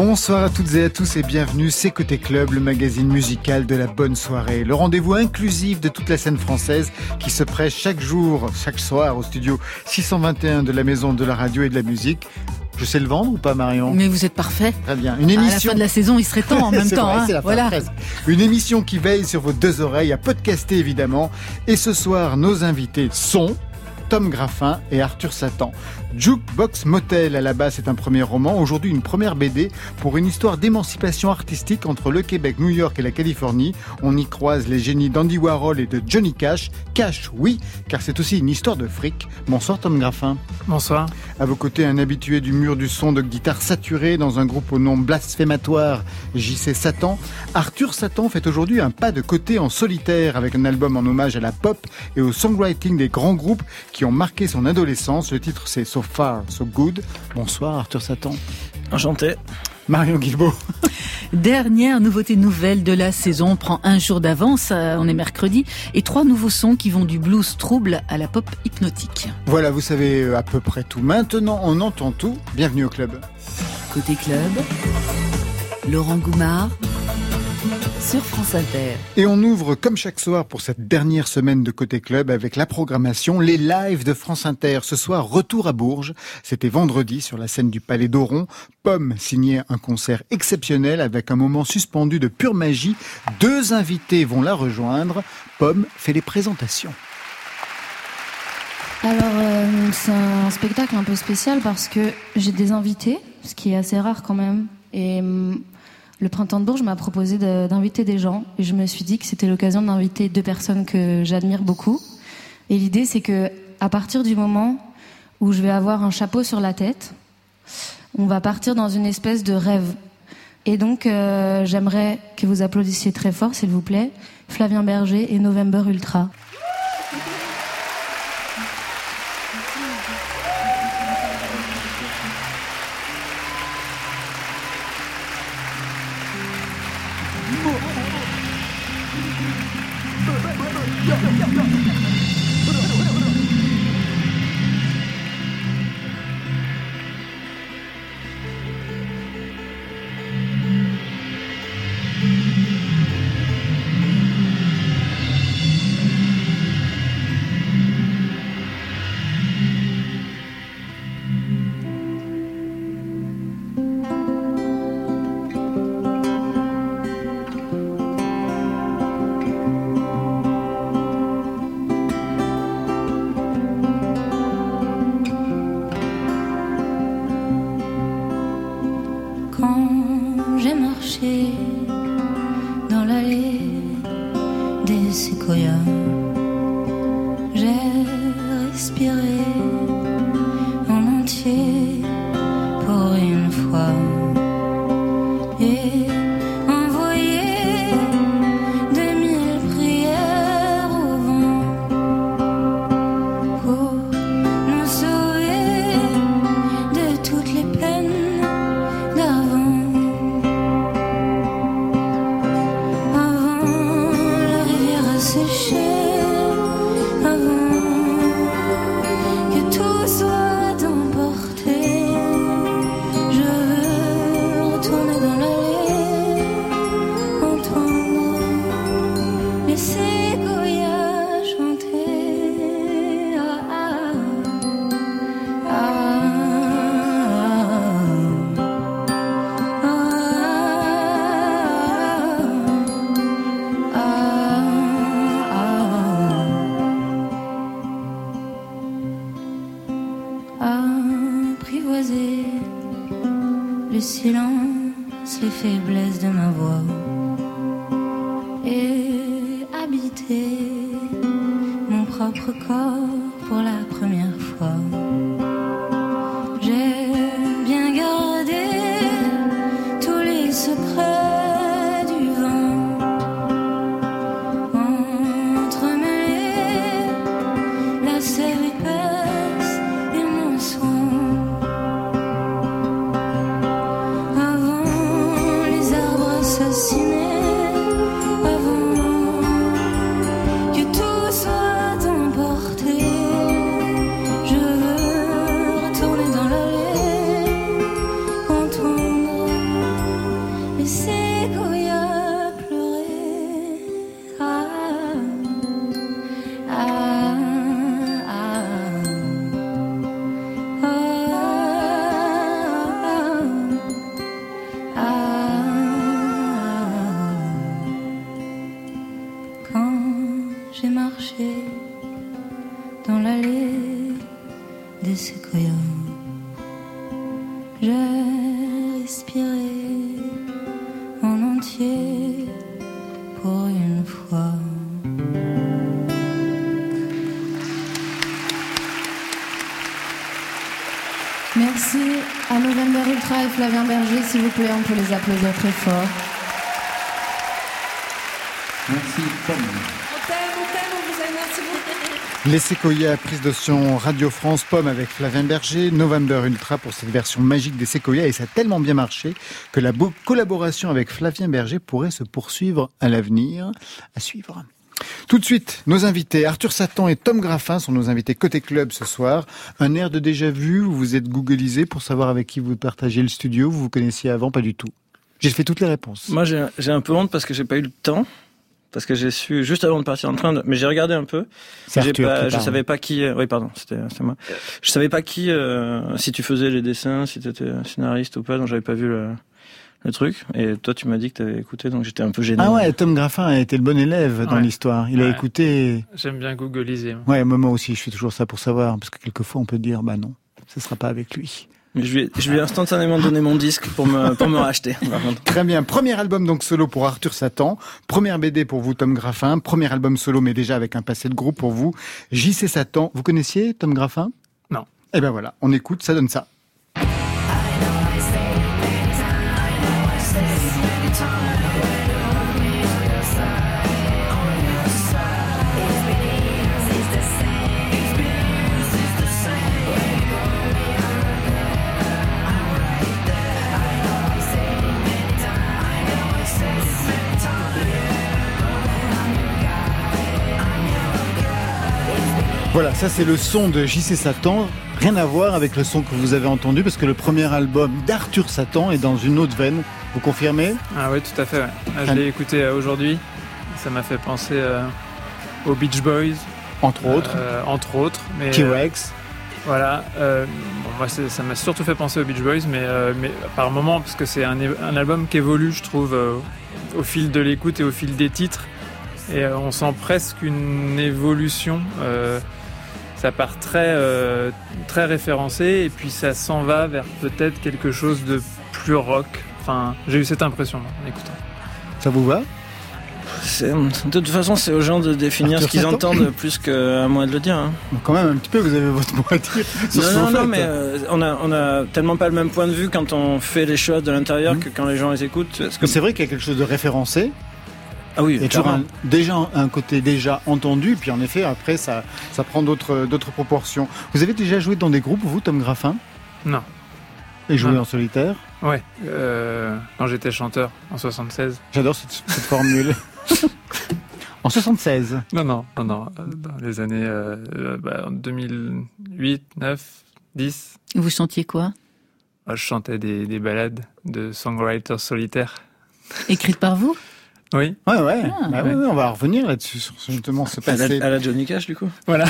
Bonsoir à toutes et à tous et bienvenue, c'est Côté Club, le magazine musical de la bonne soirée. Le rendez-vous inclusif de toute la scène française qui se prêche chaque jour, chaque soir au studio 621 de la Maison de la Radio et de la Musique. Je sais le vendre ou pas, Marion ? Mais vous êtes parfait. Très bien. Une émission... À la fin de la saison, il serait temps en même temps. Vrai, c'est la fin, voilà. Presque. Une émission qui veille sur vos deux oreilles, à podcaster évidemment. Et ce soir, nos invités sont... Tom Graffin et Arthur Satan. Jukebox Motel, à la base, c'est un premier roman. Aujourd'hui, une première BD pour une histoire d'émancipation artistique entre le Québec, New York et la Californie. On y croise les génies d'Andy Warhol et de Johnny Cash. Cash, oui, car c'est aussi une histoire de fric. Bonsoir, Tom Graffin. Bonsoir. À vos côtés, un habitué du mur du son de guitare saturée dans un groupe au nom blasphématoire, JC Satan. Arthur Satan fait aujourd'hui un pas de côté en solitaire avec un album en hommage à la pop et au songwriting des grands groupes qui ont marqué son adolescence. Le titre, c'est So Far, So Good. Bonsoir, Arthur Satan. Enchanté. Marion Guilbault. Dernière nouveauté nouvelle de la saison, on prend un jour d'avance, on est mercredi, et 3 nouveaux sons qui vont du blues trouble à la pop hypnotique. Voilà, vous savez à peu près tout. Maintenant, on entend tout. Bienvenue au club. Côté club, Laurent Goumard sur France Inter. Et on ouvre comme chaque soir pour cette dernière semaine de Côté Club avec la programmation, les lives de France Inter. Ce soir, retour à Bourges. C'était vendredi sur la scène du Palais d'Auron. Pomme signait un concert exceptionnel avec un moment suspendu de pure magie. 2 invités vont la rejoindre. Pomme fait les présentations. Alors, c'est un spectacle un peu spécial parce que j'ai des invités, ce qui est assez rare quand même. Et le Printemps de Bourges m'a proposé d'inviter des gens. Et je me suis dit que c'était l'occasion d'inviter 2 personnes que j'admire beaucoup. Et l'idée, c'est que à partir du moment où je vais avoir un chapeau sur la tête, on va partir dans une espèce de rêve. Et donc, j'aimerais que vous applaudissiez très fort, s'il vous plaît, Flavien Berger et November Ultra. Que tout soit emporté. j'ai marché dans l'allée des séquoias. J'ai respiré en entier pour une fois. Merci à November Ultra et Flavien Berger, s'il vous plaît, on peut les applaudir très fort. Merci, Tom. On t'aime, on vous aime, merci beaucoup. Les Séquoias, prise de son Radio France, Pomme avec Flavien Berger, November Ultra pour cette version magique des Séquoias, et ça a tellement bien marché que la collaboration avec Flavien Berger pourrait se poursuivre à l'avenir. À suivre. Tout de suite, nos invités, Arthur Satan et Tom Graffin sont nos invités côté club ce soir. Un air de déjà vu, vous vous êtes googlisé pour savoir avec qui vous partagez le studio, vous vous connaissiez avant, pas du tout. J'ai fait toutes les réponses. Moi j'ai un peu honte parce que j'ai pas eu le temps, parce que j'ai su juste avant de partir en train, mais j'ai regardé un peu. C'est Arthur je savais pas qui, oui pardon, c'était moi. Je savais pas qui, si tu faisais les dessins, si tu étais scénariste ou pas, donc j'avais pas vu le truc, et toi tu m'as dit que t'avais écouté, donc j'étais un peu gêné. Ah ouais, Tom Graffin a été le bon élève dans l'histoire. Il a écouté. J'aime bien googliser. Ouais, moi aussi, je fais toujours ça pour savoir, parce que quelquefois on peut dire, bah non, ce sera pas avec lui. Mais je lui ai instantanément donné mon disque pour me racheter. Très bien, premier album donc solo pour Arthur Satan, première BD pour vous Tom Graffin, premier album solo mais déjà avec un passé de groupe pour vous, JC Satan. Vous connaissiez Tom Graffin ? Non. Eh ben voilà, on écoute, ça donne ça. Voilà, ça c'est le son de JC Satan, rien à voir avec le son que vous avez entendu, parce que le premier album d'Arthur Satan est dans une autre veine, vous confirmez ? Ah oui, tout à fait, ouais. Je l'ai écouté aujourd'hui, ça m'a fait penser aux Beach Boys. Entre autres. Mais T-Rex. Voilà, moi ça m'a surtout fait penser aux Beach Boys, mais par moments, parce que c'est un album qui évolue, je trouve, au fil de l'écoute et au fil des titres, et on sent presque une évolution. Ça part très référencé, et puis ça s'en va vers peut-être quelque chose de plus rock. Enfin, j'ai eu cette impression en écoutant. Ça vous va ? De toute façon, c'est aux gens de définir Arthur ce qu'ils Satan entendent plus qu'à moi de le dire. Hein. Bon, quand même, un petit peu, vous avez votre mot à dire sur ce que vous Non, faites. mais on a tellement pas le même point de vue quand on fait les choses de l'intérieur que quand les gens les écoutent. Mais c'est vrai qu'il y a quelque chose de référencé. Ah oui, il y a toujours un côté déjà entendu, puis en effet, après, ça prend d'autres proportions. Vous avez déjà joué dans des groupes, vous, Tom Graffin ? Non. Et joué en solitaire ? Ouais, quand j'étais chanteur, en 76. J'adore cette formule. En 76 ? Non, dans les années 2008, 9, 10. Vous chantiez quoi ? Je chantais des ballades de songwriters solitaires. Écrites par vous ? Oui. Ouais. Ouais, on va revenir là-dessus, sur justement ce passé. À la Johnny Cash, du coup. Voilà.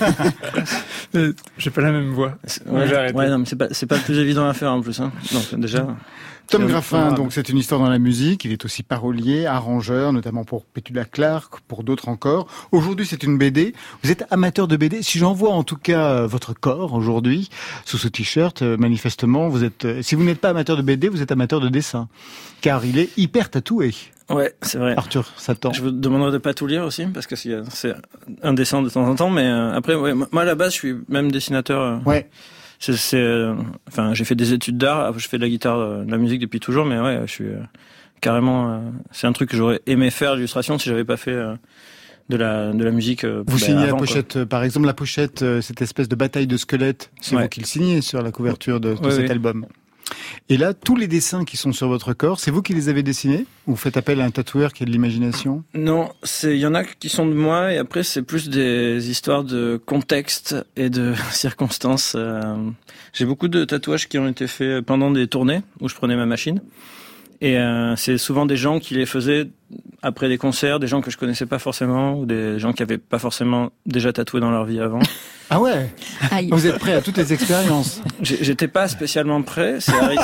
J'ai pas la même voix. Ouais, non, mais c'est pas le plus évident à faire en plus. Hein. Donc déjà. Tom Graffin, donc c'est une histoire dans la musique. Il est aussi parolier, arrangeur, notamment pour Petula Clark, pour d'autres encore. Aujourd'hui, c'est une BD. Vous êtes amateur de BD. Si j'en vois en tout cas votre corps aujourd'hui sous ce t-shirt, manifestement, vous êtes. Si vous n'êtes pas amateur de BD, vous êtes amateur de dessin, car il est hyper tatoué. Ouais, c'est vrai. Arthur Satan. Je vous demanderais de pas tout lire aussi, parce que c'est indécent de temps en temps, mais après, ouais, moi à la base, je suis même dessinateur. Ouais. Enfin, j'ai fait des études d'art, je fais de la guitare, de la musique depuis toujours, mais ouais, je suis carrément. C'est un truc que j'aurais aimé faire, l'illustration, si j'avais pas fait de la musique. Vous signez avant, la pochette, par exemple, la pochette, cette espèce de bataille de squelettes, c'est vous qui le signez sur la couverture de cet album. Et là, tous les dessins qui sont sur votre corps, c'est vous qui les avez dessinés ? Ou vous faites appel à un tatoueur qui a de l'imagination ? Non, il y en a qui sont de moi, et après c'est plus des histoires de contexte et de circonstances. J'ai beaucoup de tatouages qui ont été faits pendant des tournées où je prenais ma machine. Et c'est souvent des gens qui les faisaient après des concerts, des gens que je connaissais pas forcément, ou des gens qui avaient pas forcément déjà tatoué dans leur vie avant. Ah ouais. Aïe. Vous êtes prêt à toutes les expériences ? J'étais pas spécialement prêt,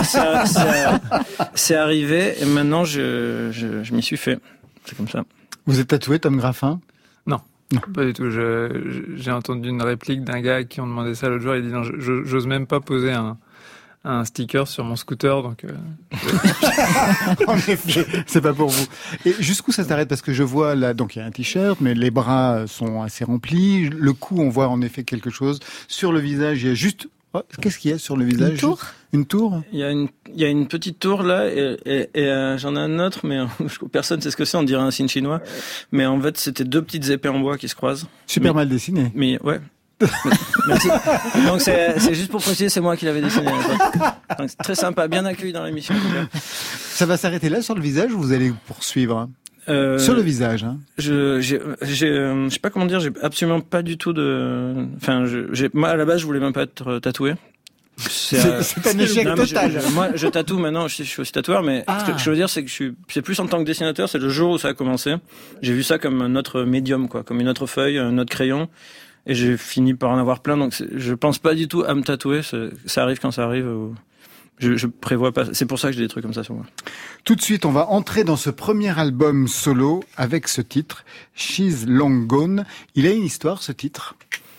c'est arrivé, et maintenant je m'y suis fait. C'est comme ça. Vous êtes tatoué, Tom Graffin ? Non. Non. Pas du tout. J'ai entendu une réplique d'un gars à qui on demandait ça l'autre jour. Il dit non, j'ose même pas poser un sticker sur mon scooter, donc. En effet, c'est pas pour vous. Et jusqu'où ça s'arrête? Parce que je vois là, donc il y a un t-shirt, mais les bras sont assez remplis. Le cou, on voit en effet quelque chose. Sur le visage, il y a juste. Oh, qu'est-ce qu'il y a sur le visage? Une tour. Il y a une petite tour là, et j'en ai un autre, mais personne sait ce que c'est. On dirait un signe chinois, mais en fait c'était 2 petites épées en bois qui se croisent. Super mal dessiné. Mais ouais. Merci. Donc c'est juste pour préciser, c'est moi qui l'avais dessiné. Donc c'est très sympa, bien accueilli dans l'émission. Ça va s'arrêter là sur le visage ou vous allez poursuivre? Sur le visage, hein. Je sais pas comment dire, j'ai absolument pas du tout de. Enfin, moi à la base je voulais même pas être tatoué. C'est un échec total. Moi, je tatoue maintenant. Je suis aussi tatoueur, mais ce que je veux dire, c'est que c'est plus en tant que dessinateur. C'est le jour où ça a commencé. J'ai vu ça comme un autre médium, quoi, comme une autre feuille, un autre crayon, et j'ai fini par en avoir plein. Donc, je pense pas du tout à me tatouer. Ça arrive quand ça arrive. Je prévois pas. C'est pour ça que j'ai des trucs comme ça sur moi. Tout de suite, on va entrer dans ce premier album solo avec ce titre, She's Long Gone. Il a une histoire, ce titre.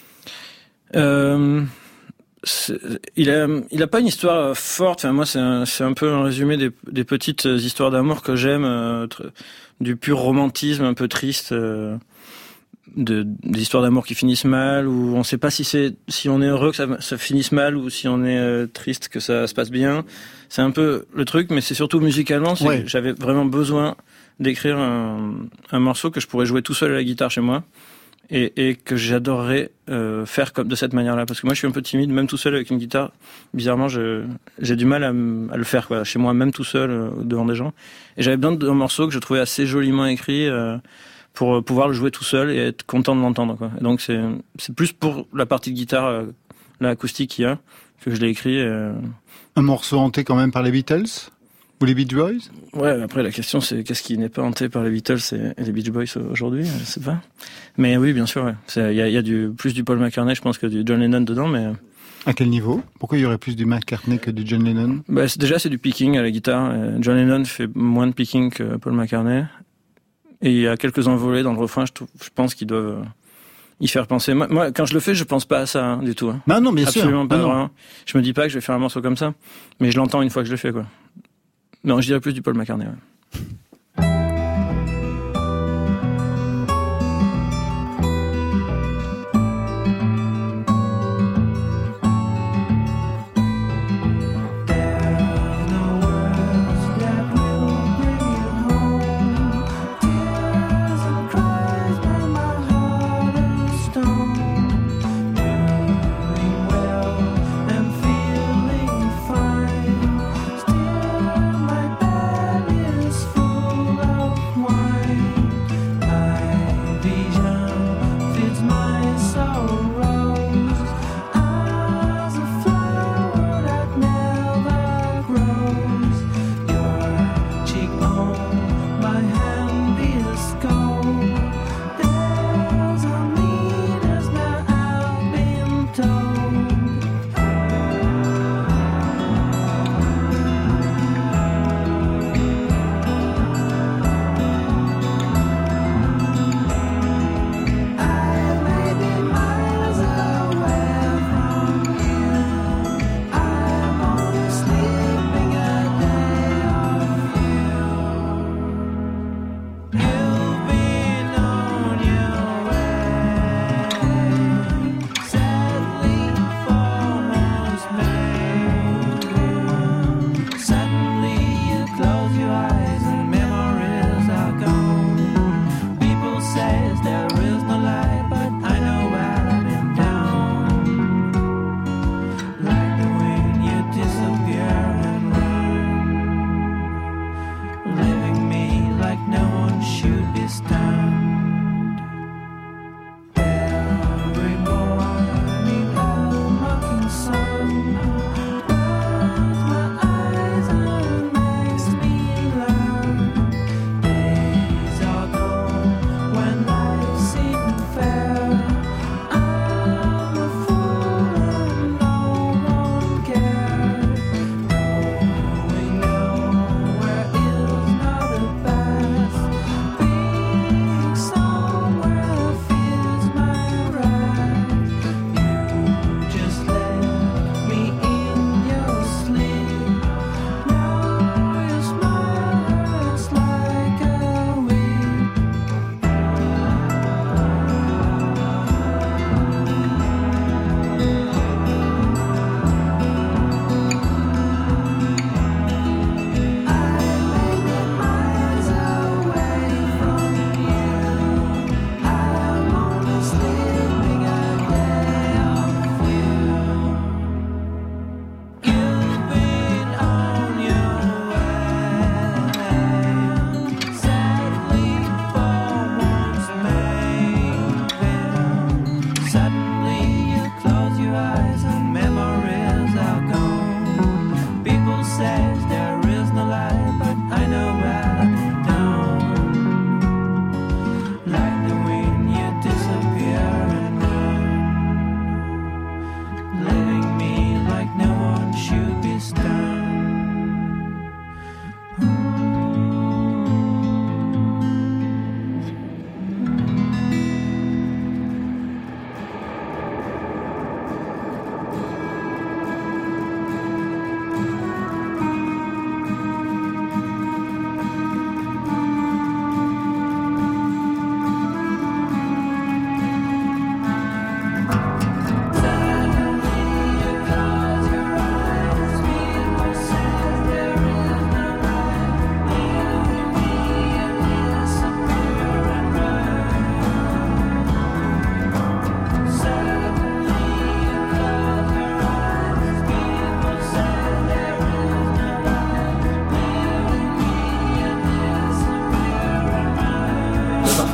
Il a pas une histoire forte. Enfin, moi, c'est un peu un résumé des petites histoires d'amour que j'aime, du pur romantisme un peu triste, des histoires d'amour qui finissent mal, où on sait pas si on est heureux que ça finisse mal, ou si on est triste que ça se passe bien. C'est un peu le truc, mais c'est surtout musicalement. Ouais. Que j'avais vraiment besoin d'écrire un morceau que je pourrais jouer tout seul à la guitare chez moi. Et que j'adorerais faire comme de cette manière-là, parce que moi je suis un peu timide, même tout seul avec une guitare. Bizarrement, j'ai du mal à le faire, quoi, chez moi, même tout seul devant des gens. Et j'avais besoin d'un morceau que je trouvais assez joliment écrit pour pouvoir le jouer tout seul et être content de l'entendre, quoi. Et donc c'est plus pour la partie de guitare, l'acoustique qu'il y a, que je l'ai écrit. Un morceau hanté quand même par les Beatles ou les Beach Boys? Ouais, après la question c'est qu'est-ce qui n'est pas hanté par les Beatles et les Beach Boys aujourd'hui, je sais pas. Mais oui, bien sûr, ouais. Il y a plus du Paul McCartney, je pense, que du John Lennon dedans, mais. À quel niveau? Pourquoi il y aurait plus du McCartney que du John Lennon? Bah, c'est du picking à la guitare. John Lennon fait moins de picking que Paul McCartney. Et il y a quelques envolées dans le refrain, je pense qu'ils doivent y faire penser. Moi, quand je le fais, je pense pas à ça, hein, du tout. Hein. Non, bien sûr. Absolument pas, vraiment. Je me dis pas que je vais faire un morceau comme ça, mais je l'entends une fois que je le fais, quoi. Non, je dirais plus du Paul McCartney, ouais. Still my bed is full.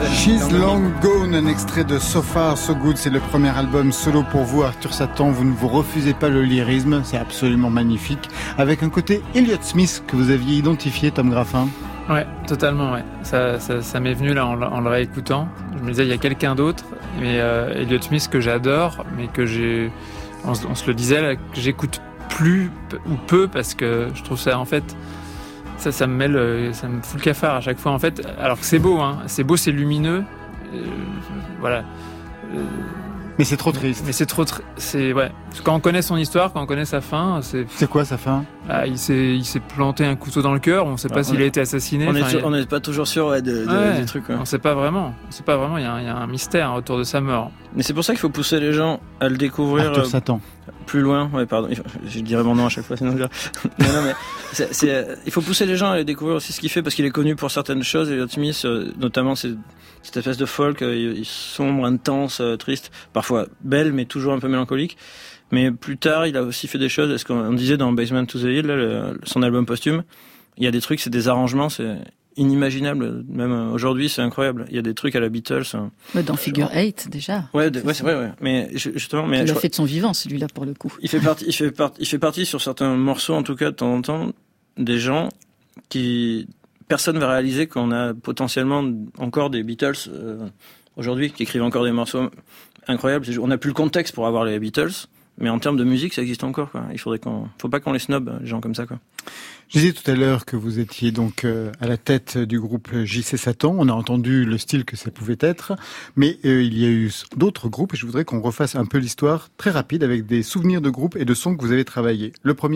She's Long Gone, un extrait de So Far So Good, c'est le premier album solo pour vous, Arthur Satan. Vous ne vous refusez pas le lyrisme, c'est absolument magnifique, avec un côté Elliott Smith que vous aviez identifié, Tom Graffin. Ouais, totalement, ouais. Ça m'est venu là en le réécoutant. Je me disais, il y a quelqu'un d'autre, mais Elliott Smith que j'adore, mais que on se le disait, là, que j'écoute plus ou peu parce que je trouve ça, en fait, ça me fout le cafard à chaque fois, en fait. Alors que c'est beau, hein. C'est beau, c'est lumineux. Voilà. Mais c'est trop triste. Mais c'est trop ouais. Quand on connaît son histoire, quand on connaît sa fin, c'est quoi sa fin? Il s'est planté un couteau dans le cœur. On ne sait pas s'il a été assassiné. On n'est pas toujours sûr des trucs. Ouais. On ne sait pas vraiment. Il y a un mystère autour de sa mort. Mais c'est pour ça qu'il faut pousser les gens à le découvrir. Arthur Satan. Plus loin. Ouais, pardon. Je dirais mon nom à chaque fois, sinon je dirais... non, mais il faut pousser les gens à le découvrir aussi ce qu'il fait parce qu'il est connu pour certaines choses. Elliott Smith, notamment, c'est cette espèce de folk, sombre, intense, triste, parfois belle, mais toujours un peu mélancolique. Mais plus tard, il a aussi fait des choses. Est-ce qu'on disait dans Basement to the Hill, là, son album posthume, il y a des trucs, c'est des arrangements, c'est inimaginable. Même aujourd'hui, c'est incroyable. Il y a des trucs à la Beatles. Dans Figure 8 déjà. Ouais, c'est vrai. Ouais. Mais justement, il a fait de son vivant, celui-là pour le coup. Il fait partie sur certains morceaux, en tout cas, de temps en temps, des gens qui personne va réaliser qu'on a potentiellement encore des Beatles aujourd'hui qui écrivent encore des morceaux incroyables. On n'a plus le contexte pour avoir les Beatles. Mais en termes de musique, ça existe encore, quoi. Faut pas qu'on les snob, les gens comme ça, quoi. Je disais tout à l'heure que vous étiez donc à la tête du groupe J.C. Satan. On a entendu le style que ça pouvait être, mais il y a eu d'autres groupes et je voudrais qu'on refasse un peu l'histoire très rapide avec des souvenirs de groupes et de sons que vous avez travaillés. Le premier ?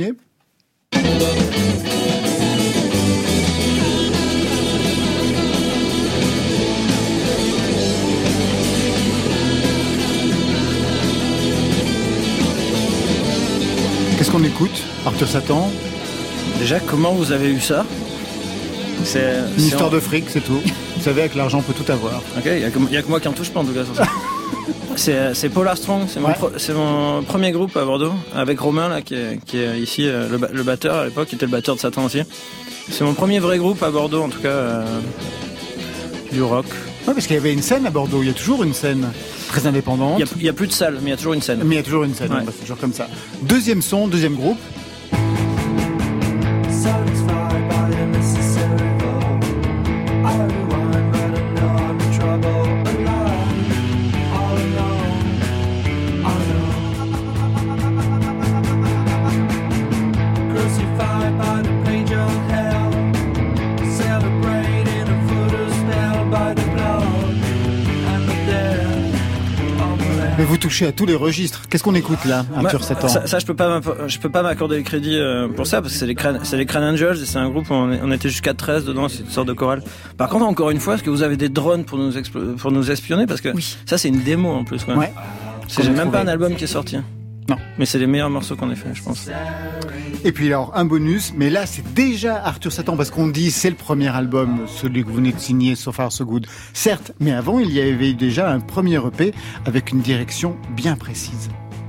Qu'est-ce qu'on écoute, Arthur Satan? Déjà, comment vous avez eu ça? C'est une histoire de fric, c'est tout. Vous savez, avec l'argent, on peut tout avoir. Ok, il y a que moi qui en touche pas, en tout cas, sur ça. C'est Paul Armstrong, c'est mon premier groupe à Bordeaux, avec Romain, là, qui est ici, le batteur à l'époque, qui était le batteur de Satan aussi. C'est mon premier vrai groupe à Bordeaux, en tout cas, du rock. Ouais, parce qu'il y avait une scène à Bordeaux, il y a toujours une scène très indépendante. Il y a plus de salle, mais il y a toujours une scène. Mais il y a toujours une scène, ouais. C'est toujours comme ça. Deuxième son, deuxième groupe. Mais vous touchez à tous les registres. Qu'est-ce qu'on écoute là, Arthur Satan? Ça, je peux pas m'accorder le crédit pour ça, parce que c'est les Crane Angels, et c'est un groupe où on était jusqu'à 13 dedans, c'est une sorte de chorale. Par contre, encore une fois, est-ce que vous avez des drones pour nous espionner? Parce que oui. Ça, c'est une démo en plus, quoi. Ouais. J'ai même pas un album qui est sorti. Non. Mais c'est les meilleurs morceaux qu'on ait fait, je pense. Et puis alors, un bonus, mais là, c'est déjà Arthur Satan, parce qu'on dit c'est le premier album, celui que vous venez de signer, So Far So Good. Certes, mais avant, il y avait déjà un premier EP avec une direction bien précise.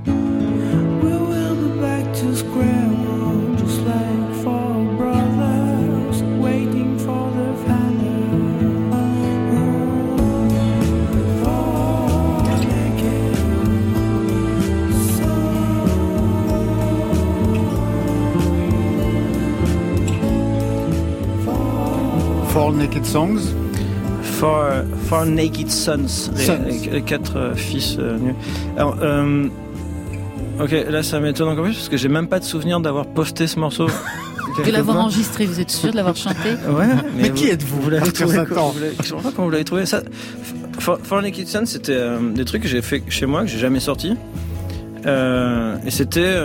Four Naked Songs. Four Naked Sons. Les 4 fils nus. Alors, ok, là ça m'étonne encore plus parce que j'ai même pas de souvenir d'avoir posté ce morceau. De l'avoir enregistré, vous êtes sûr de l'avoir chanté? Ouais, mais qui êtes-vous? Vous l'avez trouvé quand? Je sais pas comment vous l'avez trouvé. Ça, Four Naked Sons, c'était des trucs que j'ai fait chez moi, que j'ai jamais sorti. Et c'était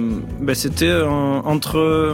entre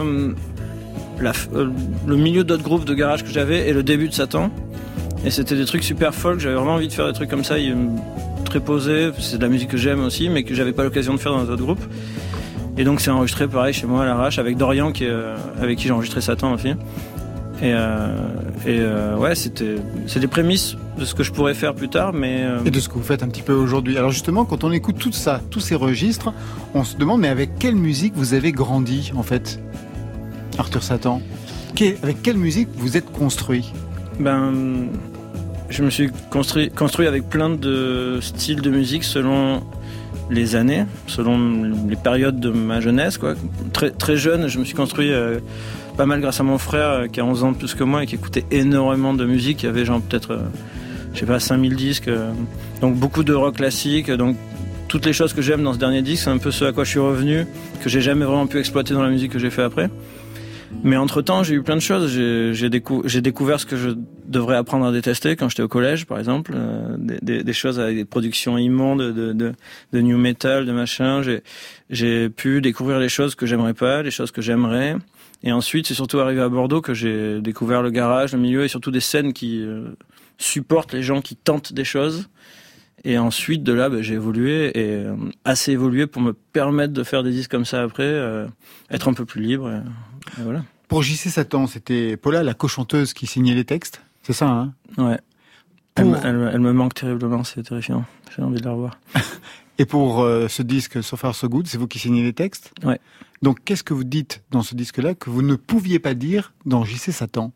le milieu d'autres groupes de garage que j'avais et le début de Satan. Et c'était des trucs super folk, j'avais vraiment envie de faire des trucs comme ça, très posés, c'est de la musique que j'aime aussi, mais que j'avais pas l'occasion de faire dans d'autres groupes. Et donc c'est enregistré pareil chez moi à l'arrache, avec Dorian, avec qui j'ai enregistré Satan aussi. Et ouais, c'est des prémices de ce que je pourrais faire plus tard, mais... Et de ce que vous faites un petit peu aujourd'hui. Alors justement, quand on écoute tout ça, tous ces registres, on se demande, mais avec quelle musique vous avez grandi, en fait, Arthur Satan? Avec quelle musique vous êtes construit? je me suis construit avec plein de styles de musique selon les années, selon les périodes de ma jeunesse, quoi. Très, très jeune, je me suis construit pas mal grâce à mon frère qui a 11 ans de plus que moi et qui écoutait énormément de musique. Il y avait genre peut-être, 5000 disques. Donc beaucoup de rock classique. Donc toutes les choses que j'aime dans ce dernier disque, c'est un peu ce à quoi je suis revenu, que j'ai jamais vraiment pu exploiter dans la musique que j'ai fait après. Mais entre-temps, j'ai eu plein de choses. J'ai découvert ce que je devrais apprendre à détester quand j'étais au collège, par exemple. Des choses avec des productions immondes de new metal, de machin. J'ai pu découvrir les choses que j'aimerais pas, les choses que j'aimerais. Et ensuite, c'est surtout arrivé à Bordeaux que j'ai découvert le garage, le milieu et surtout des scènes qui supportent les gens qui tentent des choses. Et ensuite, de là, j'ai évolué et assez évolué pour me permettre de faire des disques comme ça après, être un peu plus libre. Et voilà. Pour J.C. Satan, c'était Paula, la co-chanteuse, qui signait les textes, c'est ça, hein? Ouais. Elle me manque terriblement, c'est terrifiant. J'ai envie de la revoir. Et pour ce disque So Far So Good, c'est vous qui signez les textes? Ouais. Donc, qu'est-ce que vous dites dans ce disque-là que vous ne pouviez pas dire dans J.C. Satan?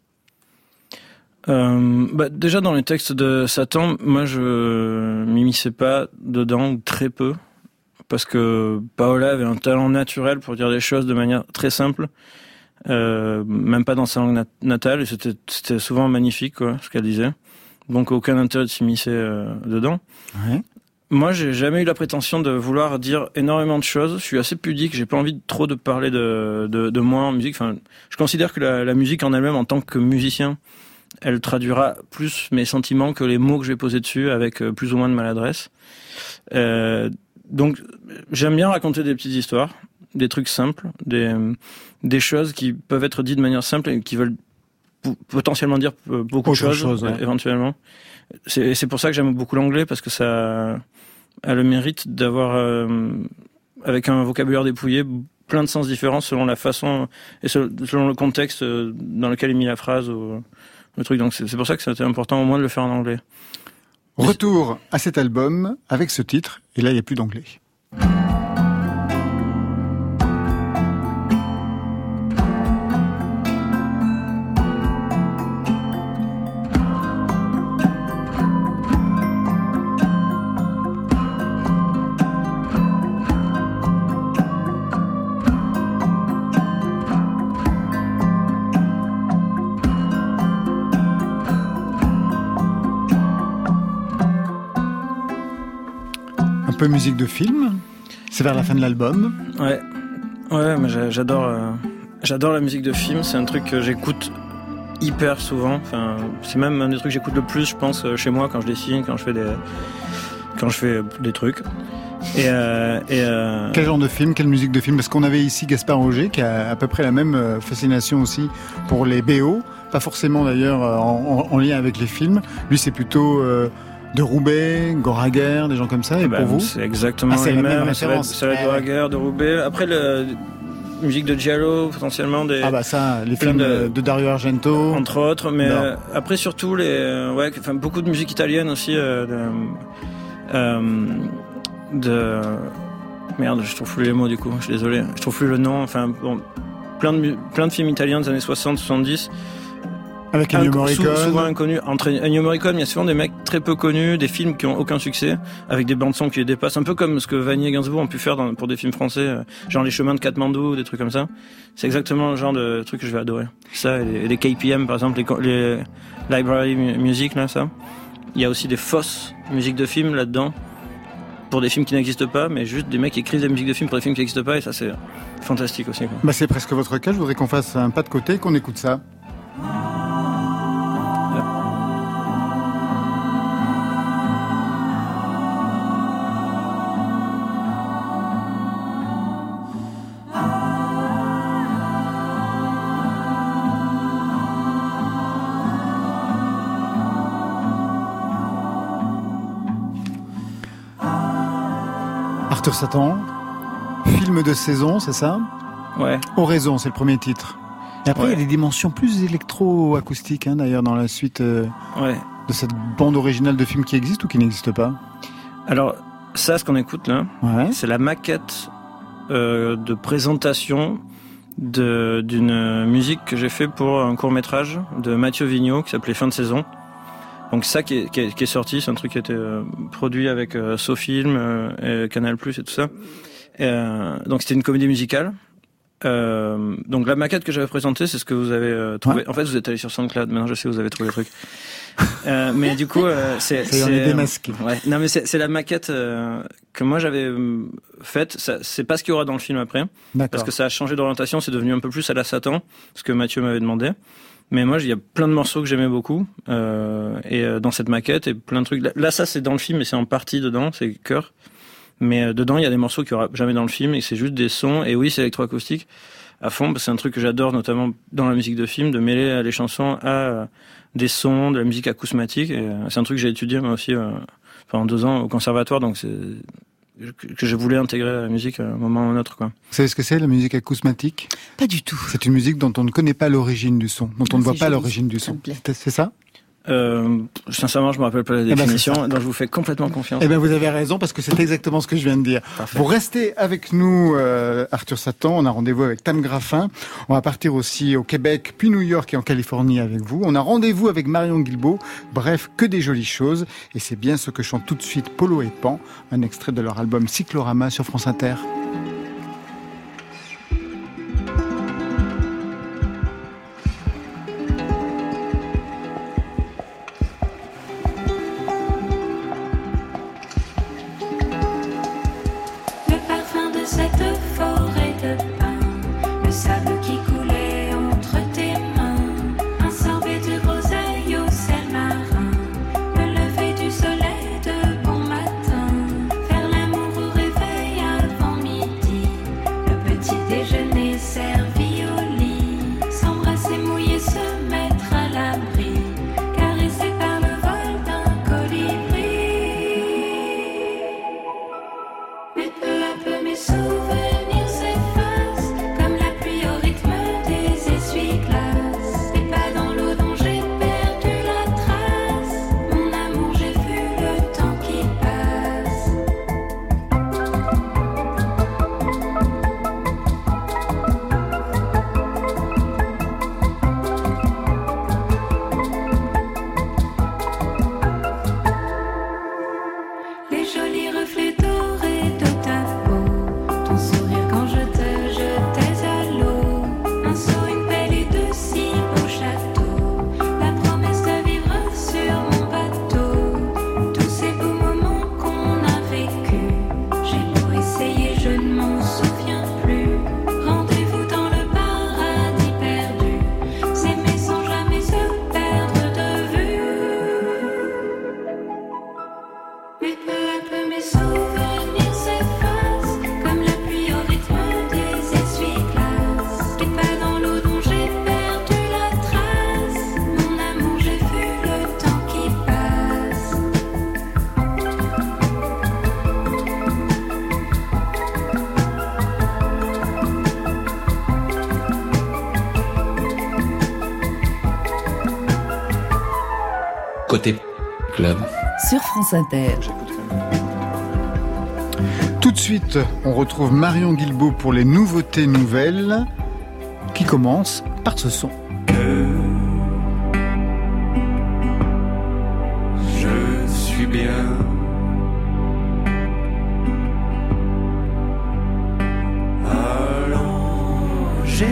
Déjà dans les textes de Satan, moi je m'immisçais pas dedans, très peu, parce que Paola avait un talent naturel pour dire des choses de manière très simple, même pas dans sa langue natale, et c'était souvent magnifique, quoi, ce qu'elle disait. Donc aucun intérêt de s'immiscer dedans. Ouais. Moi, j'ai jamais eu la prétention de vouloir dire énormément de choses. Je suis assez pudique, j'ai pas envie trop de parler de moi en musique. Enfin, je considère que la musique en elle-même, en tant que musicien, elle traduira plus mes sentiments que les mots que je vais poser dessus avec plus ou moins de maladresse. Donc, j'aime bien raconter des petites histoires, des trucs simples, des choses qui peuvent être dites de manière simple et qui veulent potentiellement dire beaucoup de choses, ouais. Éventuellement. C'est pour ça que j'aime beaucoup l'anglais, parce que ça a le mérite d'avoir, avec un vocabulaire dépouillé, plein de sens différents selon la façon et selon le contexte dans lequel est mis la phrase ou le truc. Donc c'est pour ça que c'était important au moins de le faire en anglais. Retour à cet album avec ce titre, et là il n'y a plus d'anglais. Un peu musique de film, c'est vers la fin de l'album. Ouais, mais j'adore la musique de film, c'est un truc que j'écoute hyper souvent. Enfin, c'est même un des trucs que j'écoute le plus, je pense, chez moi quand je dessine, quand je fais des trucs. Quel genre de film, quelle musique de film? Parce qu'on avait ici Gaspard Roger qui a à peu près la même fascination aussi pour les BO, pas forcément d'ailleurs en lien avec les films. Lui, c'est plutôt de Roubaix, Goraguer, des gens comme ça. Et pour vous, c'est exactement c'est les la même référence. C'est la Goraguer, de Roubaix. Après, la musique de Giallo, potentiellement des. Ah bah ça, les films de Dario Argento, entre autres. Mais après, surtout beaucoup de musique italienne aussi. Merde, je trouve plus les mots du coup. Je suis désolé. Je trouve plus le nom. Enfin, bon, plein de films italiens des années 60, 70. Avec Ennio Morricone. Souvent inconnus. Entre Ennio Morricone, il y a souvent des mecs très peu connus, des films qui ont aucun succès, avec des bandes-sons qui les dépassent. Un peu comme ce que Vanny et Gainsbourg ont pu faire pour des films français, genre Les Chemins de Katmandou, des trucs comme ça. C'est exactement le genre de truc que je vais adorer. Ça, et les KPM, par exemple, les Library Music, là, ça. Il y a aussi des fausses musiques de films là-dedans, pour des films qui n'existent pas, mais juste des mecs qui écrivent des musiques de films pour des films qui n'existent pas, et ça, c'est fantastique aussi, quoi. Bah, c'est presque votre cas. Je voudrais qu'on fasse un pas de côté, qu'on écoute ça. Arthur Satan, film de saison, c'est ça? Ouais. Oraison, c'est le premier titre. Et après, il y a des dimensions plus électro-acoustiques, d'ailleurs, dans la suite de cette bande originale de film qui existe ou qui n'existe pas? Alors, ça, ce qu'on écoute là, c'est la maquette de présentation d'une musique que j'ai fait pour un court-métrage de Mathieu Vigneault qui s'appelait Fin de saison, Donc ça qui est sorti, c'est un truc qui a été produit avec SoFilm, Canal+, et tout ça. Donc c'était une comédie musicale. Donc la maquette que j'avais présentée, c'est ce que vous avez trouvé. Ouais. En fait, vous êtes allé sur SoundCloud. Maintenant, je sais, vous avez trouvé le truc. Mais du coup, c'est démasqué. Ouais. Non, mais c'est la maquette que moi j'avais faite. C'est pas ce qu'il y aura dans le film après, parce que ça a changé d'orientation. C'est devenu un peu plus à la Satan, ce que Mathieu m'avait demandé. Mais moi, il y a plein de morceaux que j'aimais beaucoup et dans cette maquette et plein de trucs. Là, ça c'est dans le film, mais c'est en partie dedans. C'est chœur. Mais dedans, il y a des morceaux qu'il n'y aura jamais dans le film et c'est juste des sons. Et oui, c'est électroacoustique à fond. C'est un truc que j'adore, notamment dans la musique de film, de mêler les chansons à des sons, de la musique acousmatique. Et c'est un truc que j'ai étudié moi aussi pendant 2 ans au conservatoire. Donc que je voulais intégrer à la musique à un moment ou un autre, quoi. Vous savez ce que c'est, la musique acousmatique ? Pas du tout. C'est une musique dont on ne connaît pas l'origine du son, dont on ne voit pas l'origine du son. C'est ça ? Sincèrement, je me rappelle pas la définition, donc je vous fais complètement confiance. Eh ben, vous avez raison, parce que c'est exactement ce que je viens de dire. Parfait. Vous restez avec nous, Arthur Satan. On a rendez-vous avec Tam Graffin. On va partir aussi au Québec, puis New York et en Californie avec vous. On a rendez-vous avec Marion Guilbeault. Bref, que des jolies choses. Et c'est bien ce que chantent tout de suite Polo et Pan, un extrait de leur album Cyclorama sur France Inter. Côté club. Sur France Inter. Tout de suite, on retrouve Marion Guilbeault pour les nouveautés nouvelles qui commencent par ce son. Je suis bien allongé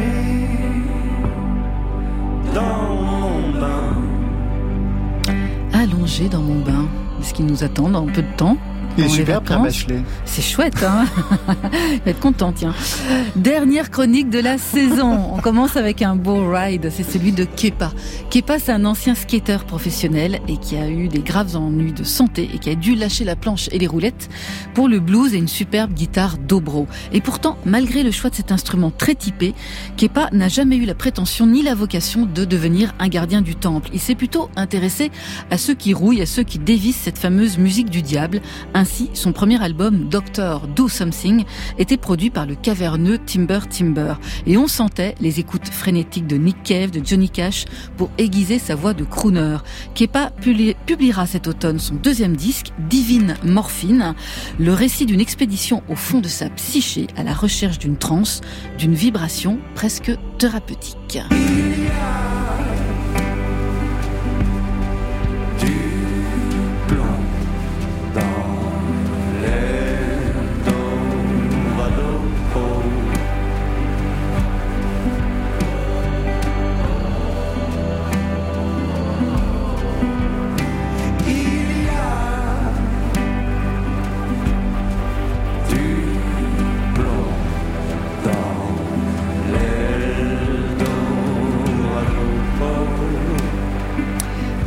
dans mon bain. Allongé dans mon bain. Ce qui nous attend dans peu de temps. Il est super, Pierre Bachelet. C'est chouette, hein. Il va être content, tiens. Dernière chronique de la saison. On commence avec un beau ride. C'est celui de Kepa. Kepa, c'est un ancien skater professionnel et qui a eu des graves ennuis de santé et qui a dû lâcher la planche et les roulettes pour le blues et une superbe guitare dobro. Et pourtant, malgré le choix de cet instrument très typé, Kepa n'a jamais eu la prétention ni la vocation de devenir un gardien du temple. Il s'est plutôt intéressé à ceux qui rouillent, à ceux qui dévissent cette fameuse musique du diable. Ainsi, son premier album, Doctor Do Something, était produit par le caverneux Timber. Et on sentait les écoutes frénétiques de Nick Cave, de Johnny Cash, pour aiguiser sa voix de crooner. Kepa publiera cet automne son deuxième disque, Divine Morphine, le récit d'une expédition au fond de sa psyché à la recherche d'une transe, d'une vibration presque thérapeutique. Du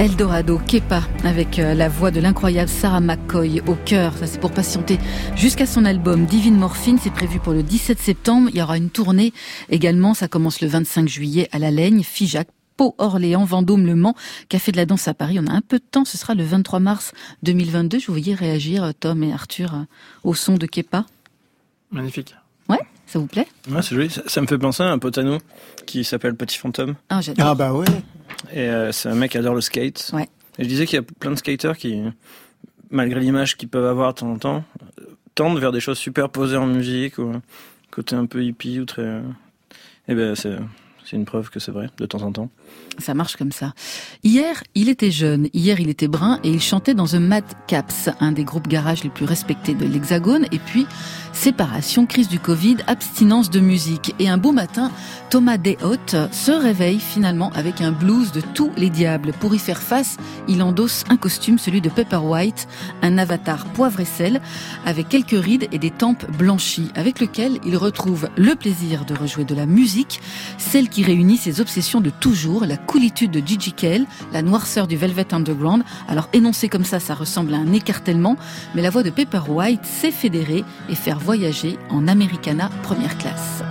Eldorado, Kepa, avec la voix de l'incroyable Sarah McCoy au cœur. Ça, c'est pour patienter jusqu'à son album Divine Morphine. C'est prévu pour le 17 septembre. Il y aura une tournée également. Ça commence le 25 juillet à La Laigne, Figeac, Pau, Orléans, Vendôme, Le Mans, Café de la Danse à Paris. On a un peu de temps. Ce sera le 23 mars 2022. Je vous voyais réagir, Tom et Arthur, au son de Kepa. Magnifique. Ouais, ça vous plaît? Ouais, c'est joli. Ça me fait penser à un pote à nous qui s'appelle Petit Fantôme. Ah, j'adore. Ah bah ouais. Et c'est un mec qui adore le skate. Ouais. Et je disais qu'il y a plein de skateurs qui, malgré l'image qu'ils peuvent avoir de temps en temps, tendent vers des choses super posées en musique, ou un côté un peu hippie, ou très... Et ben c'est une preuve que c'est vrai, de temps en temps. Ça marche comme ça. Hier, il était jeune, hier il était brun et il chantait dans The Mad Caps, un des groupes garage les plus respectés de l'Hexagone. Et puis, séparation, crise du Covid, abstinence de musique. Et un beau matin, Thomas Dehotte se réveille finalement avec un blues de tous les diables. Pour y faire face, il endosse un costume, celui de Pepper White, un avatar poivre et sel, avec quelques rides et des tempes blanchies, avec lequel il retrouve le plaisir de rejouer de la musique, celle qui réunit ses obsessions de toujours, la coolitude de Gigi Cale, la noirceur du Velvet Underground. Alors énoncé comme ça ressemble à un écartèlement, mais la voix de Pepper White sait fédérer et faire voyager en Americana première classe.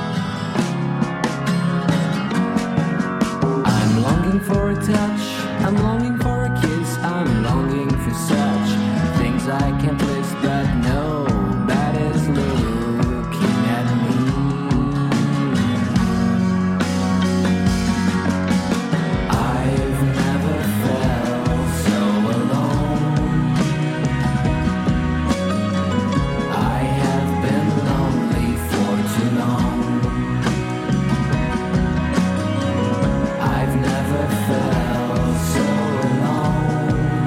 I'm longing for a touch, I'm longing for a kiss, I'm longing for such things I can't list, but nobody's looking at me. I've never felt so alone. I have been lonely for too long. I've never felt so alone.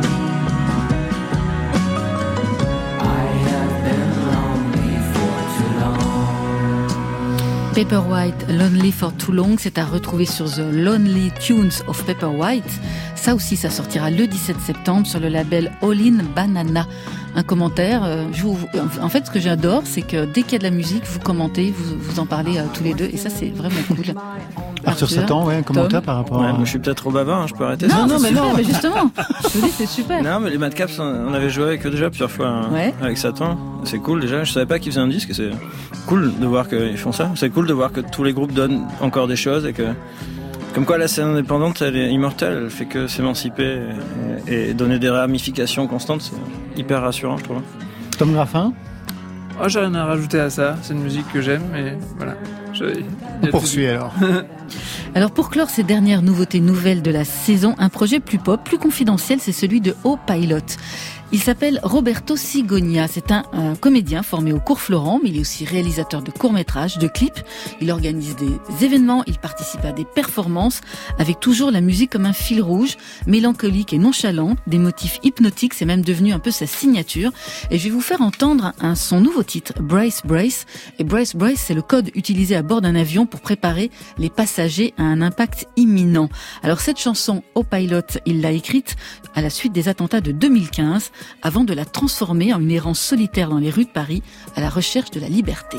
I have been lonely for too long. Pepper White, Lonely for Too Long, c'est à retrouver sur The Lonely Tunes of Pepper White. Ça aussi, ça sortira le 17 septembre sur le label All In Banana. Un commentaire, en fait, ce que j'adore, c'est que dès qu'il y a de la musique, vous commentez, vous en parlez tous les deux, et ça, c'est vraiment cool. Arthur Satan, ouais, un commentaire Tom. par rapport Ouais, à... moi je suis peut-être trop bavard, hein, je peux arrêter Non, ça. non, mais non, mais justement, je vous dis, c'est super. Non, mais les Mad Caps, on avait joué avec eux déjà plusieurs fois, hein, Ouais. avec Satan. C'est cool déjà. Je savais pas qu'ils faisaient un disque, et c'est cool de voir qu'ils font ça. C'est cool de voir que tous les groupes donnent encore des choses et que, comme quoi la scène indépendante, elle est immortelle, elle fait que s'émanciper et donner des ramifications constantes. C'est hyper rassurant, je trouve. Tom Graffin. Oh, j'ai rien à rajouter à ça. C'est une musique que j'aime, et voilà. On poursuit alors. Alors pour clore ces dernières nouveautés nouvelles de la saison, un projet plus pop, plus confidentiel, c'est celui de O-Pilot. Il s'appelle Roberto Sigonia. C'est un comédien formé au Cours Florent, mais il est aussi réalisateur de courts-métrages, de clips. Il organise des événements, il participe à des performances, avec toujours la musique comme un fil rouge, mélancolique et nonchalante, des motifs hypnotiques, c'est même devenu un peu sa signature. Et je vais vous faire entendre son nouveau titre, Brace Brace. Et Brace Brace, c'est le code utilisé à bord d'un avion pour préparer les passagers à un impact imminent. Alors cette chanson, O-Pilot, il l'a écrite à la suite des attentats de 2015, avant de la transformer en une errance solitaire dans les rues de Paris à la recherche de la liberté.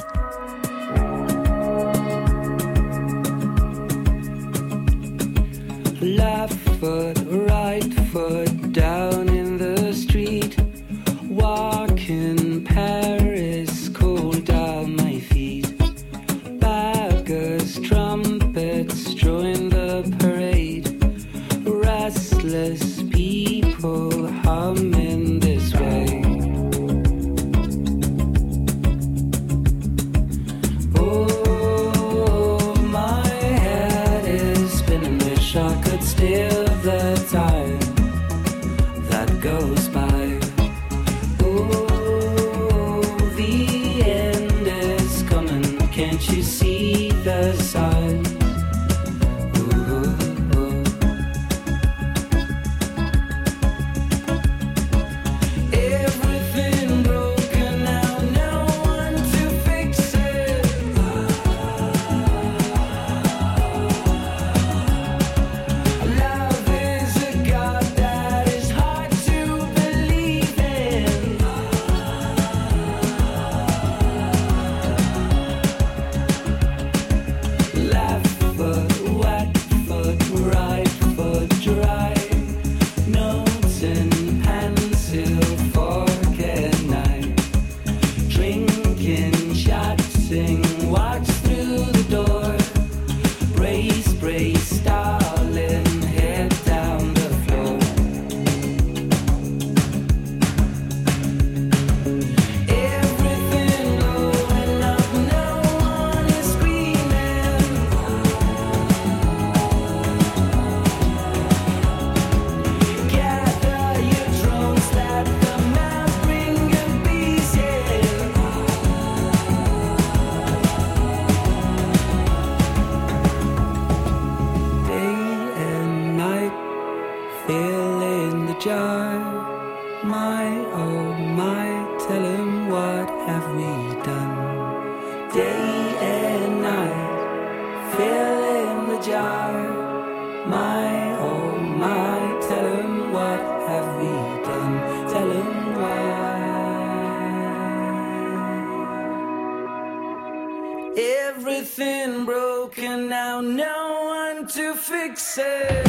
Left foot, right foot, down in the street. Walking Paris, cold down my feet. Baggers, trumpets, join the parade. Restless people humming this way. Oh, my head is spinning. Wish I could steal the time that goes by. Oh, the end is coming. Can't you see the sign? Everything broken now, no one to fix it. Love is a god that is hard to believe in. My, oh my, tell him what have we done? Day and night, fill in the jar. My, oh my, tell him what have we done? Tell him why. Everything broken now, no one to fix it.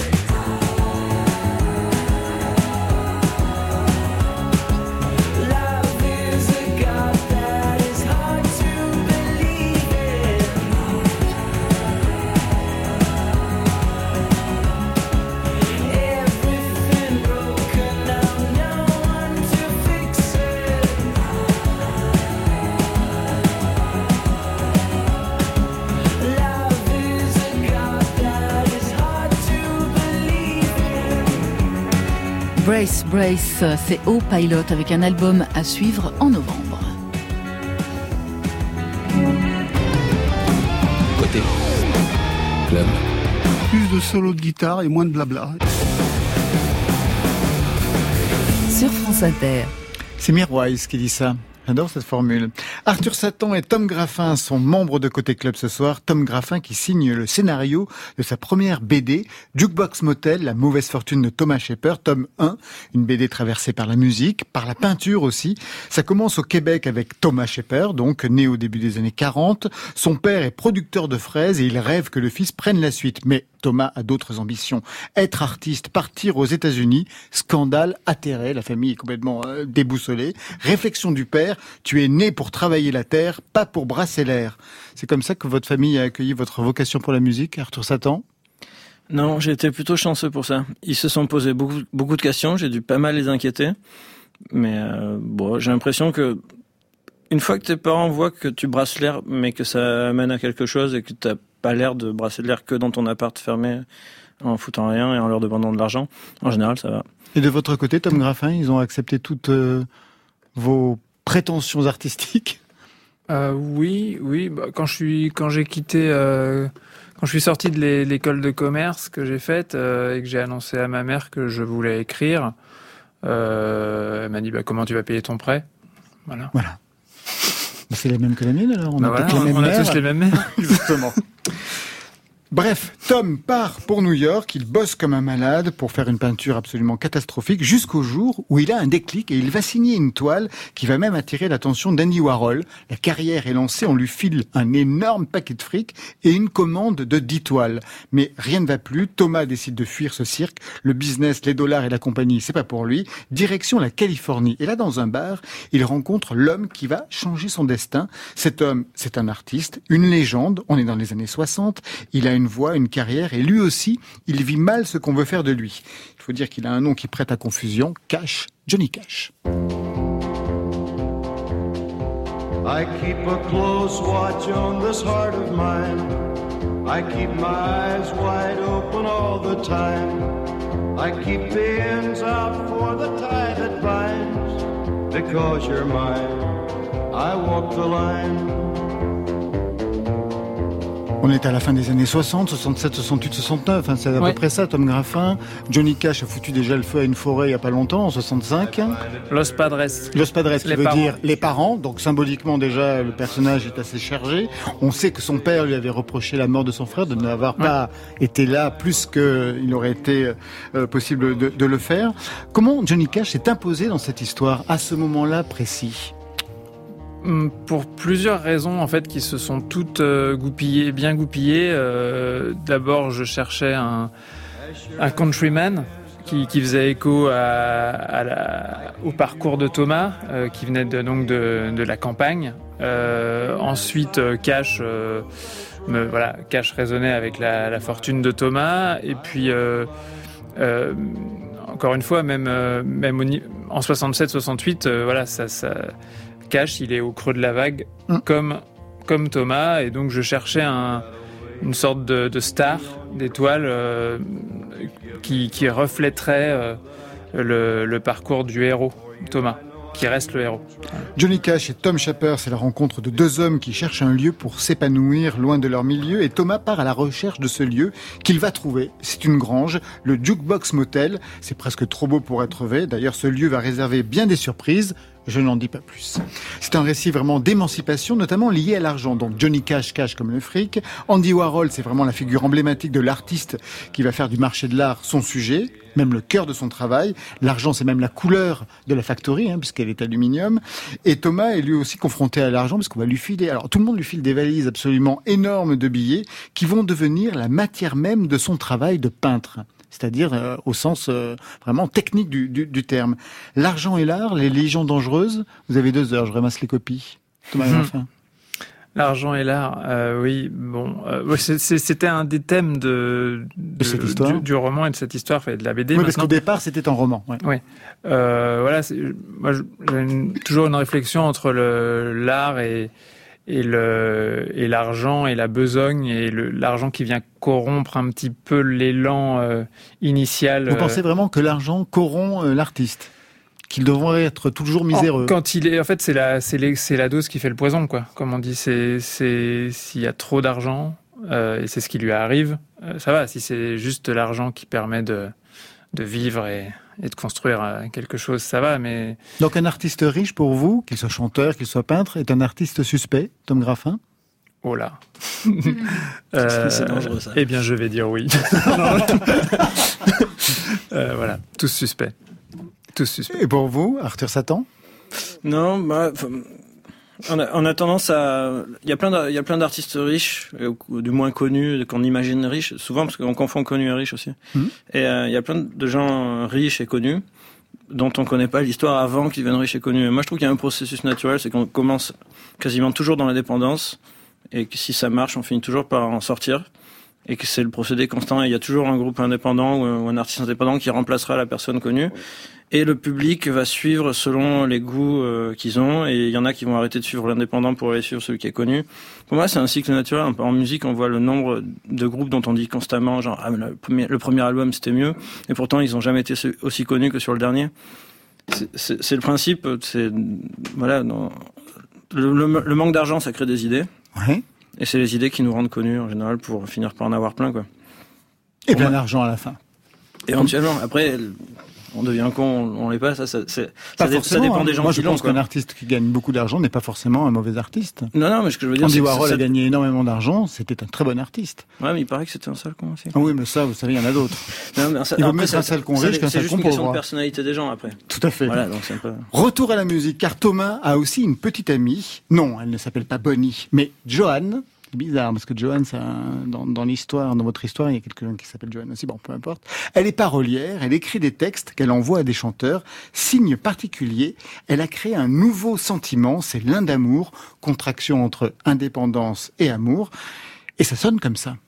Brace, Brace, c'est O-Pilot avec un album à suivre en novembre. Côté club. Plus de solo de guitare et moins de blabla. Sur France Inter. C'est Mirwise qui dit ça. J'adore cette formule. Arthur Satan et Tom Graffin sont membres de Côté Club ce soir. Tom Graffin qui signe le scénario de sa première BD, Jukebox Motel, la mauvaise fortune de Thomas Shepper, tome 1. Une BD traversée par la musique, par la peinture aussi. Ça commence au Québec avec Thomas Shepper, donc né au début des années 40. Son père est producteur de fraises et il rêve que le fils prenne la suite. Mais Thomas a d'autres ambitions. Être artiste, partir aux États-Unis, scandale, atterré, la famille est complètement déboussolée. Réflexion du père, tu es né pour travailler la terre, pas pour brasser l'air. C'est comme ça que votre famille a accueilli votre vocation pour la musique, Arthur Satan ? Non, j'ai été plutôt chanceux pour ça. Ils se sont posés beaucoup de questions, j'ai dû pas mal les inquiéter. Mais bon, j'ai l'impression que une fois que tes parents voient que tu brasses l'air, mais que ça amène à quelque chose et que t'as pas l'air de brasser de l'air que dans ton appart fermé en foutant rien et en leur demandant de l'argent, en général, ça va. Et de votre côté, Tom Graffin, ils ont accepté toutes vos prétentions artistiques ? Oui. Bah, quand j'ai quitté, quand je suis sorti de l'école de commerce que j'ai faite et que j'ai annoncé à ma mère que je voulais écrire, elle m'a dit comment tu vas payer ton prêt ? Voilà. C'est les mêmes que la mienne alors. On a tous les mêmes mères. Exactement. Bref, Tom part pour New York, il bosse comme un malade pour faire une peinture absolument catastrophique jusqu'au jour où il a un déclic et il va signer une toile qui va même attirer l'attention d'Andy Warhol. La carrière est lancée, on lui file un énorme paquet de fric et une commande de 10 toiles. Mais rien ne va plus, Thomas décide de fuir ce cirque, le business, les dollars et la compagnie, c'est pas pour lui. Direction la Californie. Et là, dans un bar, il rencontre l'homme qui va changer son destin. Cet homme, c'est un artiste, une légende, on est dans les années 60, il a une voix, une carrière, et lui aussi, il vit mal ce qu'on veut faire de lui. Il faut dire qu'il a un nom qui prête à confusion, Cash, Johnny Cash. I keep a close watch on this heart of mine. I keep my eyes wide open all the time. I keep the ends out for the tie that binds. Because you're mine, I walk the line. On est à la fin des années 60, 67, 68, 69, c'est à peu près ça, Tom Graffin. Johnny Cash a foutu déjà le feu à une forêt il n'y a pas longtemps, en 65. Los Padres. Los Padres, qui veut dire les parents, donc symboliquement déjà le personnage est assez chargé. On sait que son père lui avait reproché la mort de son frère, de n'avoir pas été là plus qu'il aurait été possible de le faire. Comment Johnny Cash s'est imposé dans cette histoire, à ce moment-là précis ? Pour plusieurs raisons en fait qui se sont toutes bien goupillées. D'abord, je cherchais un countryman qui faisait écho au parcours de Thomas, qui venait de la campagne. Ensuite, Cash résonnait avec la fortune de Thomas. Et puis, encore une fois, même en 67-68, ça Cash, il est au creux de la vague, comme Thomas, et donc je cherchais une sorte de star, d'étoile qui reflèterait le parcours du héros, Thomas. qui reste le héros. Johnny Cash et Tom Shepard, c'est la rencontre de deux hommes qui cherchent un lieu pour s'épanouir loin de leur milieu, et Thomas part à la recherche de ce lieu qu'il va trouver. C'est une grange, le Jukebox Motel. C'est presque trop beau pour être vrai. D'ailleurs, ce lieu va réserver bien des surprises. Je n'en dis pas plus. C'est un récit vraiment d'émancipation, notamment lié à l'argent. Donc Johnny Cash cache comme le fric. Andy Warhol, c'est vraiment la figure emblématique de l'artiste qui va faire du marché de l'art son sujet, même le cœur de son travail. L'argent, c'est même la couleur de la factory, puisqu'elle est aluminium. Et Thomas est lui aussi confronté à l'argent, parce qu'on va lui filer... Alors tout le monde lui file des valises absolument énormes de billets qui vont devenir la matière même de son travail de peintre. C'est-à-dire au sens vraiment technique du terme. L'argent et l'art, les légions dangereuses, vous avez 2 heures, je ramasse les copies. Thomas Graffin. L'argent et l'art, oui, bon, c'était un des thèmes de cette histoire, du roman et de cette histoire, de la BD. Oui, parce qu'au départ, c'était en roman. Ouais. Oui. Voilà, moi, j'ai toujours une réflexion entre l'art et l'argent et la besogne et l'argent qui vient corrompre un petit peu l'élan initial. Vous pensez vraiment que l'argent corrompt l'artiste, qu'il devrait être toujours miséreux? Quand il est, en fait, c'est la dose qui fait le poison, quoi. Comme on dit, s'il y a trop d'argent et c'est ce qui lui arrive, ça va. Si c'est juste l'argent qui permet de vivre et de construire quelque chose, ça va, mais... Donc un artiste riche, pour vous, qu'il soit chanteur, qu'il soit peintre, est un artiste suspect, Tom Graffin? Oh là. C'est dangereux, ça. Eh bien, je vais dire oui. Voilà, tous suspects. Et pour vous, Arthur Satan? Non, on a tendance à... Il y a plein d'artistes riches, ou du moins connus, qu'on imagine riches, souvent parce qu'on confond connu et riche aussi. Et il y a plein de gens riches et connus, dont on connaît pas l'histoire avant qu'ils deviennent riches et connus. Moi, je trouve qu'il y a un processus naturel, c'est qu'on commence quasiment toujours dans la dépendance, et que si ça marche, on finit toujours par en sortir. Et que c'est le procédé constant, et il y a toujours un groupe indépendant ou un artiste indépendant qui remplacera la personne connue. Et le public va suivre selon les goûts qu'ils ont, et il y en a qui vont arrêter de suivre l'indépendant pour aller suivre celui qui est connu. Pour moi, c'est un cycle naturel. En musique, on voit le nombre de groupes dont on dit constamment, genre, le premier album c'était mieux, et pourtant ils ont jamais été aussi connus que sur le dernier. C'est le principe, voilà, le manque d'argent, ça crée des idées. Ouais. Et c'est les idées qui nous rendent connus, en général, pour finir par en avoir plein, quoi. Et plein d'argent à la fin. Éventuellement. Après, on devient con, on l'est pas, ça dépend des gens Moi, qui l'ont. Moi, je pense qu'un artiste qui gagne beaucoup d'argent n'est pas forcément un mauvais artiste. Non, mais ce que je veux dire, Andy Warhol a gagné énormément d'argent, c'était un très bon artiste. Ouais, mais il paraît que c'était un sale con aussi. Ah oui, mais ça, vous savez, il y en a d'autres. Il vaut mieux un sale con riche qu'un sale con pauvre. C'est juste une question de personnalité des gens, après. Tout à fait. Voilà, donc c'est un peu... Retour à la musique, car Thomas a aussi une petite amie. Non, elle ne s'appelle pas Bonnie, mais Joanne. C'est bizarre, parce que Joanne, dans l'histoire, dans votre histoire, il y a quelqu'un qui s'appelle Joanne aussi, bon, peu importe. Elle est parolière, elle écrit des textes qu'elle envoie à des chanteurs. Signe particulier, elle a créé un nouveau sentiment, c'est l'un d'amour, contraction entre indépendance et amour. Et ça sonne comme ça.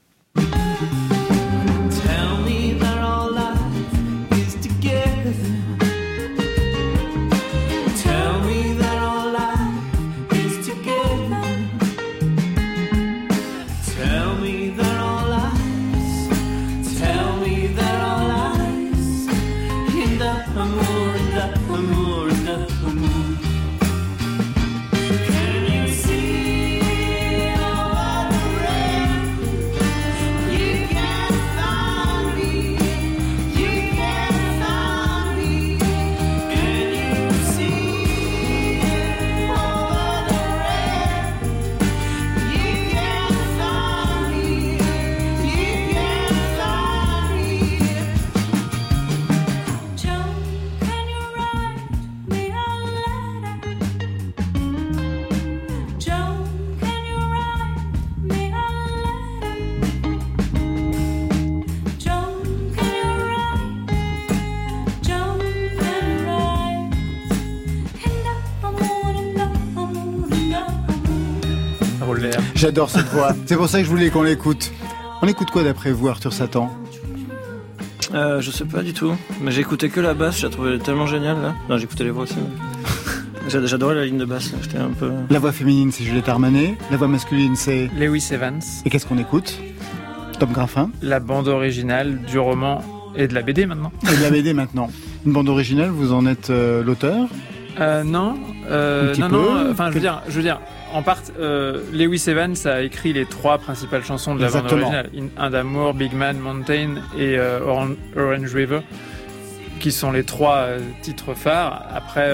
J'adore cette voix. C'est pour ça que je voulais qu'on l'écoute. On écoute quoi d'après vous, Arthur Satan? Je sais pas du tout. Mais j'ai écouté que la basse, je la trouvais tellement géniale là. Non, j'écoutais les voix aussi. J'adorais la ligne de basse, là. J'étais un peu... La voix féminine, c'est Juliette Armanet. La voix masculine, c'est... Lewis Evans. Et qu'est-ce qu'on écoute? Tom Graffin. La bande originale du roman et de la BD maintenant. Et de la BD maintenant. Une bande originale, vous en êtes l'auteur? Non. Enfin, je veux dire, en part, Lewis Evans a écrit les 3 principales chansons de la bande originale. Un d'amour, Big Man, Mountain et Orange River, qui sont les 3 titres phares. Après,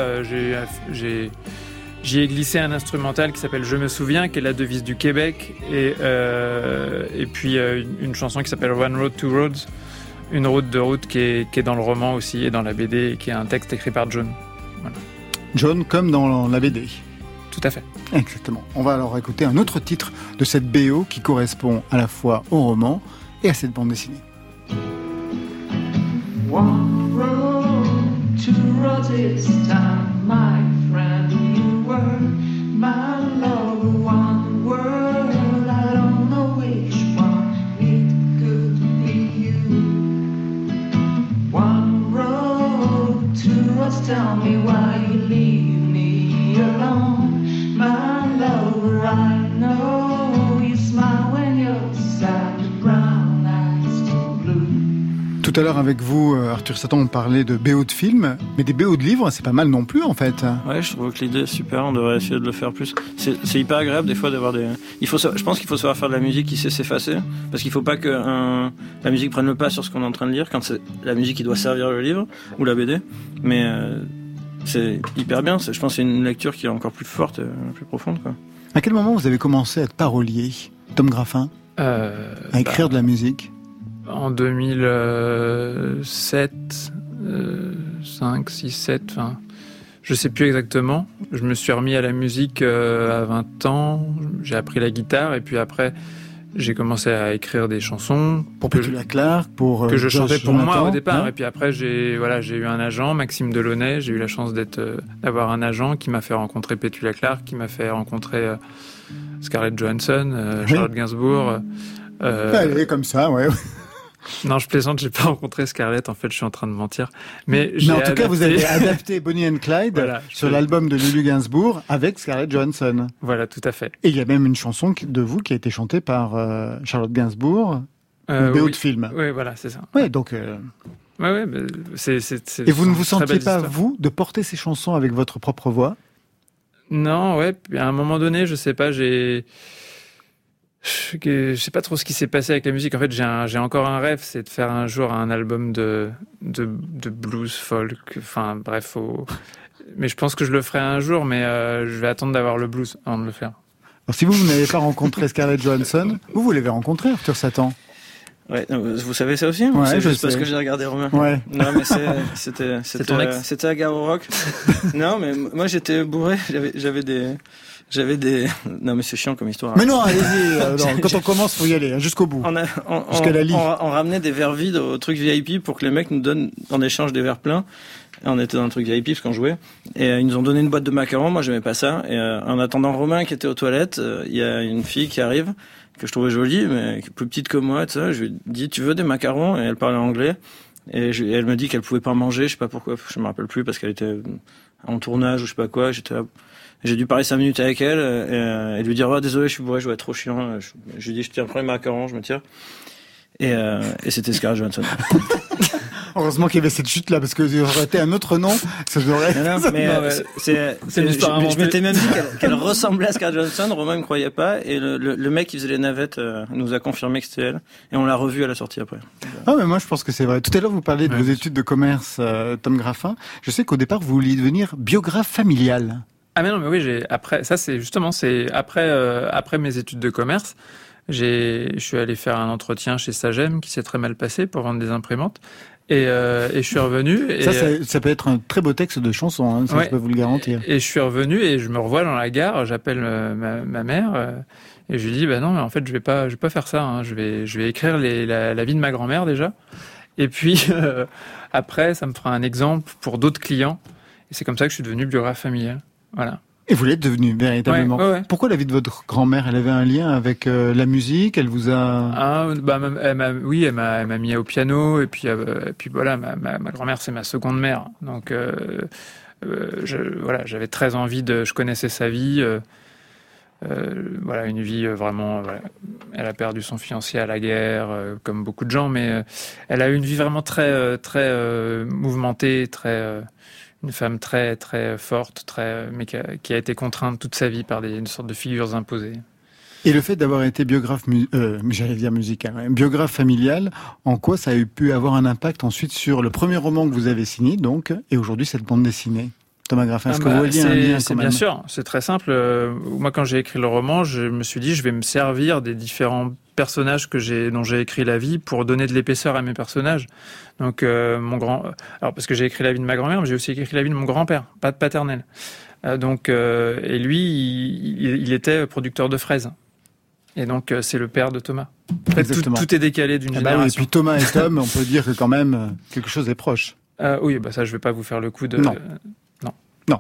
j'y ai glissé un instrumental qui s'appelle Je me souviens, qui est la devise du Québec, et puis une chanson qui s'appelle One Road, Two Roads, une route de route qui est dans le roman aussi et dans la BD, et qui est un texte écrit par John. Voilà. John, comme dans la BD. Tout à fait. Exactement. On va alors écouter un autre titre de cette BO qui correspond à la fois au roman et à cette bande dessinée. One road, two roads this time, my friend. You were my love, one world. I don't know which one it could be you. One road, two roads, tell me why you leave me alone. My lover, I know you smile when you're sad, the brown eyes still blue. Tout à l'heure avec vous, Arthur Satan, on parlait de BO de films, mais des BO de livres, c'est pas mal non plus en fait. Ouais, je trouve que l'idée est super, on devrait essayer de le faire plus. C'est hyper agréable des fois d'avoir des... Je pense qu'il faut savoir faire de la musique qui sait s'effacer, parce qu'il faut pas que la musique prenne le pas sur ce qu'on est en train de lire, quand c'est la musique qui doit servir le livre, ou la BD, mais... c'est hyper bien, je pense que c'est une lecture qui est encore plus forte, plus profonde, quoi. À quel moment vous avez commencé à être parolier, Tom Graffin, à écrire de la musique? En 2007, 5, 6, 7, enfin, je sais plus exactement. Je me suis remis à la musique à 20 ans, j'ai appris la guitare, et puis après... J'ai commencé à écrire des chansons pour Petula Clark, pour que je chantais pour moi au départ, ouais. Et puis après j'ai eu un agent, Maxime Delaunay. J'ai eu la chance d'avoir un agent qui m'a fait rencontrer Petula Clark, qui m'a fait rencontrer Scarlett Johansson, Charlotte Gainsbourg. Elle est comme ça, ouais. Non, je plaisante, j'ai pas rencontré Scarlett, en fait, je suis en train de mentir. Mais en tout cas, vous avez adapté Bonnie and Clyde sur l'album de Lulu Gainsbourg avec Scarlett Johansson. Voilà, tout à fait. Et il y a même une chanson de vous qui a été chantée par Charlotte Gainsbourg, BO de film. Oui, voilà, c'est ça. Ouais, donc... Ouais, mais c'est Et vous ne vous sentiez pas, vous, de porter ces chansons avec votre propre voix? Non, ouais, puis à un moment donné, je sais pas, je sais pas trop ce qui s'est passé avec la musique. En fait, j'ai encore un rêve, c'est de faire un jour un album de blues, folk, enfin bref. Mais je pense que je le ferai un jour, mais je vais attendre d'avoir le blues avant de le faire. Alors, si vous n'avez pas rencontré Scarlett Johansson, vous l'avez rencontré, Arthur Satan? Ouais, vous savez ça aussi? Ouais, c'est juste sais. Parce que j'ai regardé Romain. Ouais. Non, mais c'était à Gare au Rock. Non, mais moi j'étais bourré, j'avais des... Non, mais c'est chiant comme histoire. Mais non, allez-y. Quand on commence, faut y aller jusqu'au bout. Jusqu'à la ligne. On ramenait des verres vides au truc VIP pour que les mecs nous donnent en échange des verres pleins. Et on était dans un truc VIP parce qu'on jouait. Et ils nous ont donné une boîte de macarons. Moi, j'aimais pas ça. Et en attendant Romain qui était aux toilettes, il y a une fille qui arrive que je trouvais jolie, mais plus petite que moi. Tu sais, je lui dis, tu veux des macarons? Et elle parlait anglais. Et elle me dit qu'elle pouvait pas manger. Je sais pas pourquoi. Je me rappelle plus parce qu'elle était en tournage ou je sais pas quoi. J'ai dû parler 5 minutes avec elle et lui dire désolé, je suis bourré, je vais être trop chiant. Je lui dis je tiens le premier macaron, je me tire. Et c'était Scarlett Johansson. Heureusement qu'il y avait cette chute là parce que ça aurait été un autre nom. Ça aurait. C'est une histoire. Je m'étais même dit qu'elle ressemblait à Scarlett Johansson. Romain me croyait pas et le mec qui faisait les navettes nous a confirmé que c'était elle et on l'a revue à la sortie après. Ah mais moi je pense que c'est vrai. Tout à l'heure vous parliez de vos études de commerce, Tom Graffin. Je sais qu'au départ vous vouliez devenir biographe familial. Ah mais non, mais oui, après mes études de commerce, je suis allé faire un entretien chez Sagem qui s'est très mal passé pour vendre des imprimantes et je suis revenu. Et ça peut être un très beau texte de chanson, hein, ça je peux vous le garantir. Et je suis revenu et je me revois dans la gare, j'appelle ma mère et je lui dis non mais en fait je vais pas faire ça, hein, je vais écrire la vie de ma grand-mère déjà. Et puis après ça me fera un exemple pour d'autres clients et c'est comme ça que je suis devenu biographe familial. Voilà. Et vous l'êtes devenu véritablement. Ouais. Pourquoi la vie de votre grand-mère, elle avait un lien avec la musique? Elle vous a... elle m'a mis au piano et puis voilà, ma grand-mère c'est ma seconde mère. Donc j'avais très envie je connaissais sa vie. Une vie vraiment. Elle a perdu son fiancé à la guerre, comme beaucoup de gens, mais elle a eu une vie vraiment très très mouvementée, très une femme très très forte, mais qui a été contrainte toute sa vie par une sorte de figures imposées. Et le fait d'avoir été biographe familial, en quoi ça a pu avoir un impact ensuite sur le premier roman que vous avez signé, donc, et aujourd'hui cette bande dessinée? Thomas Graffin, est-ce que vous voyez un lien quand même? Bien sûr, c'est très simple. Moi, quand j'ai écrit le roman, je me suis dit, je vais me servir des différents personnages dont j'ai écrit la vie pour donner de l'épaisseur à mes personnages. Donc, alors parce que j'ai écrit la vie de ma grand-mère, mais j'ai aussi écrit la vie de mon grand-père, pas de paternel. Et lui, il était producteur de fraises. Et donc, c'est le père de Thomas. En fait, tout est décalé d'une génération. Oui, et puis Thomas et Tom, on peut dire que quand même, quelque chose est proche. Oui, ça, je vais pas vous faire le coup de... Non.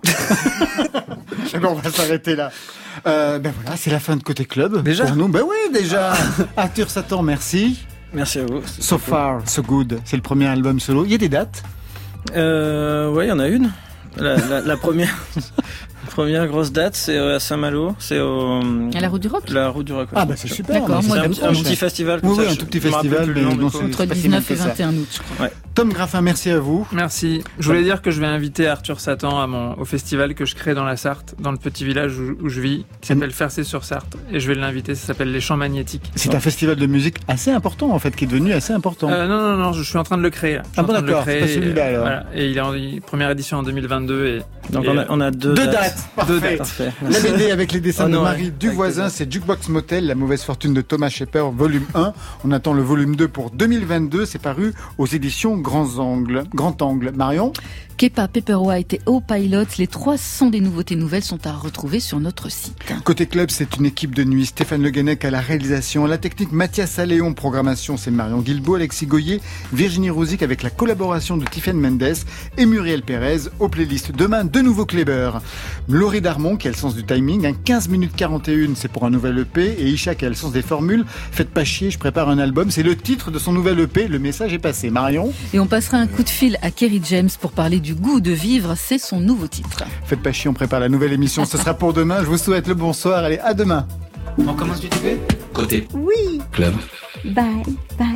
On va s'arrêter là. Voilà, c'est la fin de Côté Club. Déjà? Pour nous. Oui, déjà. Arthur Satan, merci. Merci à vous. So Far, So Good. C'est le premier album solo. Il y a des dates? Ouais, il y en a une. La première... Première grosse date, c'est à Saint-Malo, c'est à la Route du Rock. La Route du Rock. Ah c'est super. D'accord, c'est un petit festival. Oui, un tout petit festival, mais entre 19 et 21 août, je crois. Ouais. Tom Graffin, merci à vous. Merci. Je voulais dire que je vais inviter Arthur Satan au festival que je crée dans la Sarthe, dans le petit village où je vis, qui s'appelle Fercé-sur-Sarthe, et je vais l'inviter. Ça s'appelle les Champs Magnétiques. C'est un festival de musique assez important en fait, qui est devenu assez important. Non, je suis en train de le créer. D'accord, c'est pas celui-là alors. Voilà. Et il est en première édition en 2022 donc on a deux dates. Parfait. La BD avec les dessins de Marie Duvoisin, c'est Jukebox Motel, la mauvaise fortune de Thomas Shepper, volume 1. On attend le volume 2 pour 2022. C'est paru aux éditions Grand Angle. Marion? Kepa, Paperwhite et O-Pilot, les 300 des nouveautés nouvelles sont à retrouver sur notre site. Côté club, c'est une équipe de nuit. Stéphane Le Guenec à la réalisation, la technique Mathias Alléon, programmation, c'est Marion Guilbault, Alexis Goyer, Virginie Rouzic avec la collaboration de Tiffaine Mendes et Muriel Pérez aux playlists. Demain, de nouveaux Kleber. Laurie Darmon qui a le sens du timing, 15 minutes 41, c'est pour un nouvel EP, et Isha qui a le sens des formules. Faites pas chier, je prépare un album, c'est le titre de son nouvel EP, le message est passé. Marion? Et on passera un coup de fil à Kerry James pour parler du goût de vivre, c'est son nouveau titre. Faites pas chier, on prépare la nouvelle émission, ce sera pour demain. Je vous souhaite le bonsoir, allez, à demain. On commence du TV? Côté Oui. Club. Bye.